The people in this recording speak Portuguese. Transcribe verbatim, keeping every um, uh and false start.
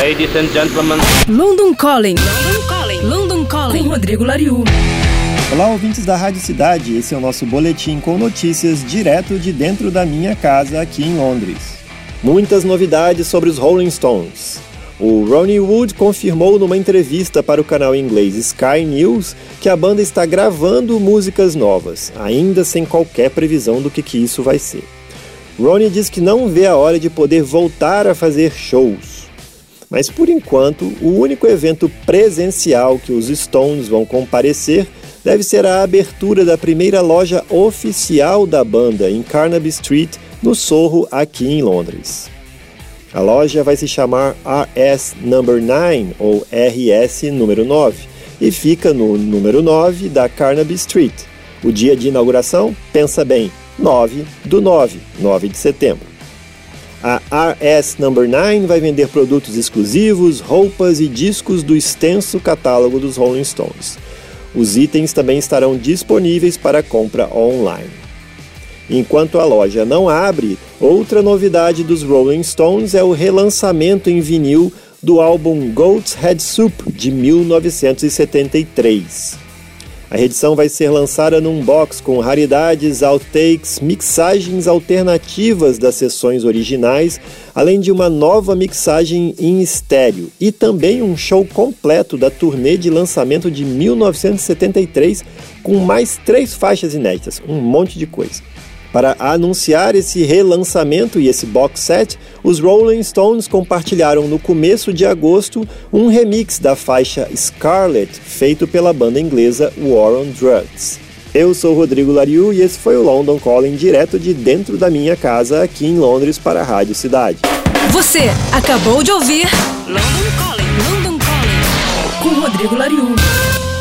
Ladies and gentlemen. London Calling. London Calling. London Calling. Com Rodrigo Lariu. Olá, ouvintes da Rádio Cidade. Esse é o nosso boletim com notícias direto de dentro da minha casa aqui em Londres. Muitas novidades sobre os Rolling Stones. O Ronnie Wood confirmou numa entrevista para o canal inglês Sky News que a banda está gravando músicas novas, ainda sem qualquer previsão do que, que isso vai ser. Ronnie diz que não vê a hora de poder voltar a fazer shows. Mas por enquanto, o único evento presencial que os Stones vão comparecer deve ser a abertura da primeira loja oficial da banda em Carnaby Street, no Soho, aqui em Londres. A loja vai se chamar R S Number nove, ou R S número nove, e fica no número nove da Carnaby Street. O dia de inauguração, pensa bem, nove do nove, nove de setembro. A R S Number nove vai vender produtos exclusivos, roupas e discos do extenso catálogo dos Rolling Stones. Os itens também estarão disponíveis para compra online. Enquanto a loja não abre, outra novidade dos Rolling Stones é o relançamento em vinil do álbum Goat's Head Soup, de mil novecentos e setenta e três. A reedição vai ser lançada num box com raridades, outtakes, mixagens alternativas das sessões originais, além de uma nova mixagem em estéreo e também um show completo da turnê de lançamento de mil novecentos e setenta e três com mais três faixas inéditas, um monte de coisa. Para anunciar esse relançamento e esse box set, os Rolling Stones compartilharam no começo de agosto um remix da faixa Scarlet, feito pela banda inglesa War on Drugs. Eu sou Rodrigo Lariu e esse foi o London Calling, direto de dentro da minha casa aqui em Londres para a Rádio Cidade. Você acabou de ouvir London Calling. London Calling. Com Rodrigo Lariu.